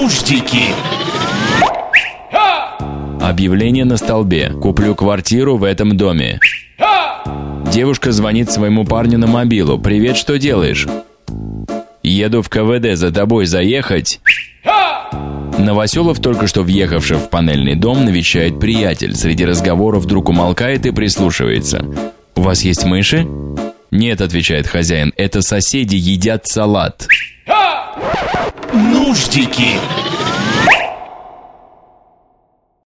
Нуждики. Объявление на столбе. Куплю квартиру в этом доме. Девушка звонит своему парню на мобилу. Привет, что делаешь? Еду в КВД, за тобой заехать. Новоселов, только что въехавший в панельный дом, навещает приятель. Среди разговоров вдруг умолкает и прислушивается. «У вас есть мыши?» «Нет», — отвечает хозяин, — «это соседи едят салат». Нуждики.